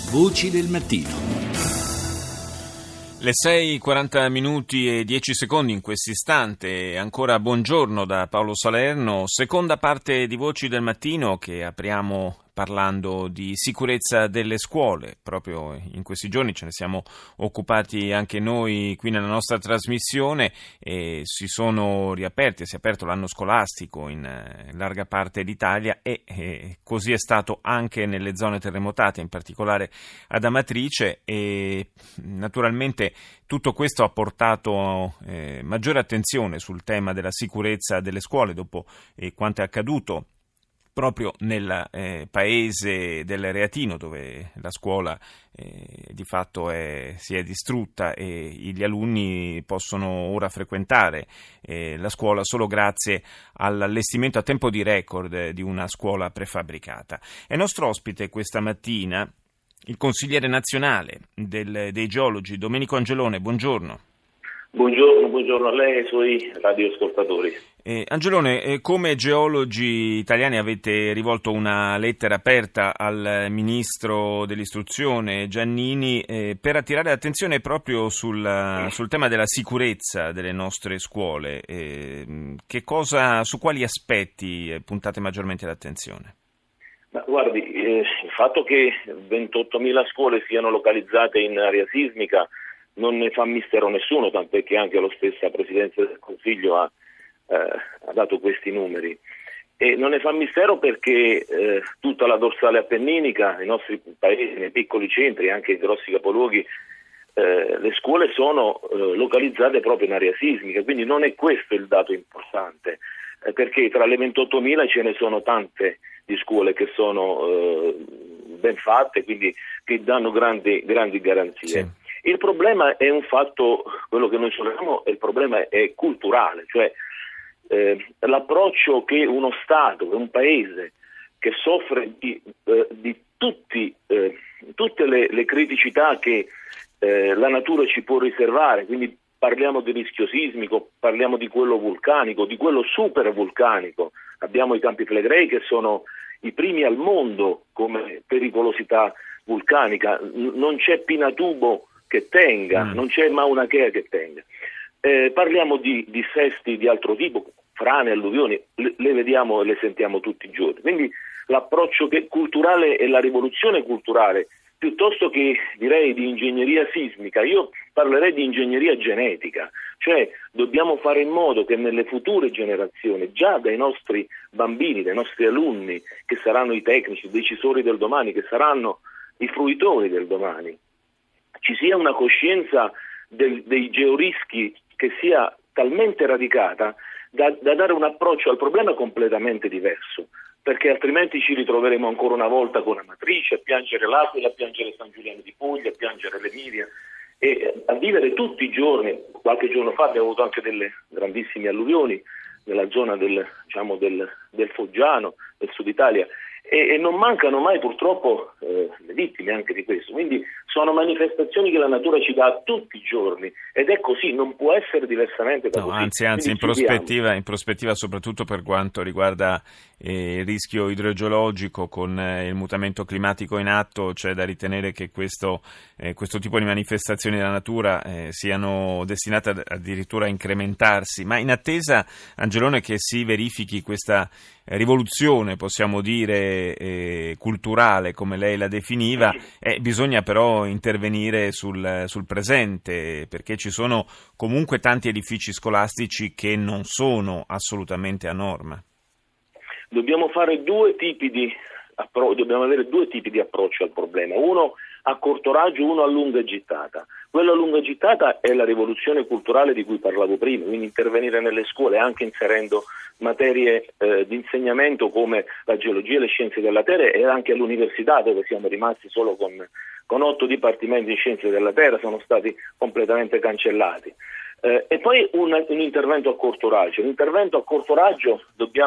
Voci del mattino. Le 6:40 minuti e 10 secondi in questo istante. Ancora buongiorno da Paolo Salerno. Seconda parte di Voci del Mattino che apriamo parlando di sicurezza delle scuole. Proprio in questi giorni ce ne siamo occupati anche noi qui nella nostra trasmissione e si è aperto l'anno scolastico in larga parte d'Italia e così è stato anche nelle zone terremotate, in particolare ad Amatrice, e naturalmente tutto questo ha portato maggiore attenzione sul tema della sicurezza delle scuole dopo quanto è accaduto proprio nel paese del Reatino, dove la scuola di fatto si è distrutta e gli alunni possono ora frequentare la scuola solo grazie all'allestimento a tempo di record di una scuola prefabbricata. È nostro ospite questa mattina il consigliere nazionale dei geologi, Domenico Angelone. Buongiorno. Buongiorno a lei e ai suoi radioascoltatori. Angelone, come geologi italiani avete rivolto una lettera aperta al ministro dell'istruzione Giannini per attirare l'attenzione proprio sul tema della sicurezza delle nostre scuole. Su quali aspetti puntate maggiormente l'attenzione? Ma guardi, il fatto che 28.000 scuole siano localizzate in area sismica non ne fa mistero nessuno, tant'è che anche la stessa Presidenza del Consiglio ha dato questi numeri. E non ne fa mistero perché tutta la dorsale appenninica, nei nostri paesi, nei piccoli centri, anche in grossi capoluoghi, le scuole sono localizzate proprio in area sismica, quindi non è questo il dato importante, perché tra le 28.000 ce ne sono tante di scuole che sono ben fatte, quindi che danno grandi garanzie. Sì. Il problema è un fatto, quello che noi solleviamo, il problema è culturale, cioè l'approccio che uno Stato, un paese che soffre di tutte le criticità che la natura ci può riservare, quindi parliamo di rischio sismico, parliamo di quello vulcanico, di quello supervulcanico, abbiamo i Campi Flegrei che sono i primi al mondo come pericolosità vulcanica, non c'è Pinatubo che tenga, non c'è Mauna Kea che tenga. Parliamo di dissesti di altro tipo, frane, alluvioni, le vediamo e le sentiamo tutti i giorni. Quindi l'approccio culturale e la rivoluzione culturale, piuttosto che direi di ingegneria sismica, io parlerei di ingegneria genetica, cioè dobbiamo fare in modo che nelle future generazioni, già dai nostri bambini, dai nostri alunni, che saranno i tecnici, i decisori del domani, che saranno i fruitori del domani, ci sia una coscienza dei georischi che sia talmente radicata da dare un approccio al problema completamente diverso, perché altrimenti ci ritroveremo ancora una volta con Amatrice, a piangere l'Aquila, a piangere San Giuliano di Puglia, a piangere l'Emilia e a vivere tutti i giorni. Qualche giorno fa abbiamo avuto anche delle grandissime alluvioni nella zona del Foggiano, del Sud Italia, e non mancano mai purtroppo le vittime anche di questo. Quindi sono manifestazioni che la natura ci dà tutti i giorni ed è così, non può essere diversamente da così. Anzi in prospettiva soprattutto per quanto riguarda il rischio idrogeologico con il mutamento climatico in atto, c'è da ritenere che questo tipo di manifestazioni della natura siano destinate addirittura a incrementarsi. Ma in attesa, Angelone, che si verifichi questa rivoluzione, possiamo dire, culturale, come lei la definiva, bisogna però intervenire sul presente, perché ci sono comunque tanti edifici scolastici che non sono assolutamente a norma. Dobbiamo avere due tipi di approccio al problema, uno a corto raggio, uno a lunga gittata. Quello a lunga gittata è la rivoluzione culturale di cui parlavo prima, quindi intervenire nelle scuole anche inserendo materie di insegnamento come la geologia e le scienze della terra, e anche all'università, dove siamo rimasti solo con 8 dipartimenti di scienze della terra, sono stati completamente cancellati. E poi un intervento a corto raggio. L'intervento a corto raggio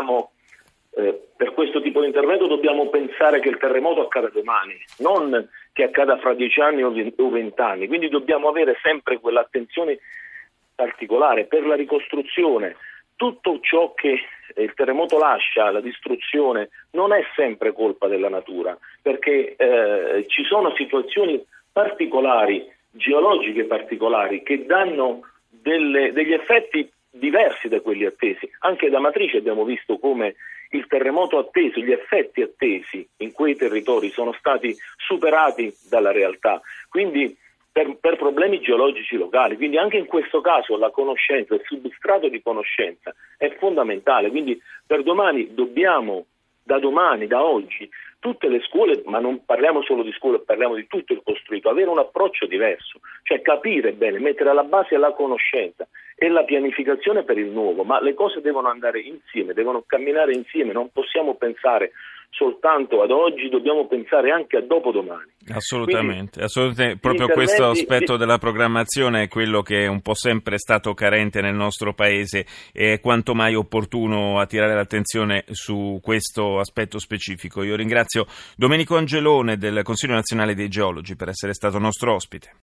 per questo tipo di intervento dobbiamo pensare che il terremoto accada domani, non che accada fra 10 anni o 20 anni, quindi dobbiamo avere sempre quell'attenzione particolare per la ricostruzione, tutto ciò che il terremoto lascia, la distruzione, non è sempre colpa della natura, perché ci sono situazioni particolari, geologiche particolari, che danno degli effetti diversi da quelli attesi. Anche da Matrice abbiamo visto come il terremoto atteso, gli effetti attesi in quei territori sono stati superati dalla realtà, quindi per problemi geologici locali. Quindi anche in questo caso la conoscenza, il substrato di conoscenza è fondamentale. Quindi da domani, da oggi, tutte le scuole, ma non parliamo solo di scuole, parliamo di tutto il costruito, avere un approccio diverso, cioè capire bene, mettere alla base la conoscenza e la pianificazione per il nuovo, ma le cose devono andare insieme, devono camminare insieme, non possiamo pensare soltanto ad oggi, dobbiamo pensare anche a dopodomani. Assolutamente. Proprio questo aspetto della programmazione è quello che è un po' sempre stato carente nel nostro paese e è quanto mai opportuno attirare l'attenzione su questo aspetto specifico. Io ringrazio Domenico Angelone del Consiglio Nazionale dei Geologi per essere stato nostro ospite.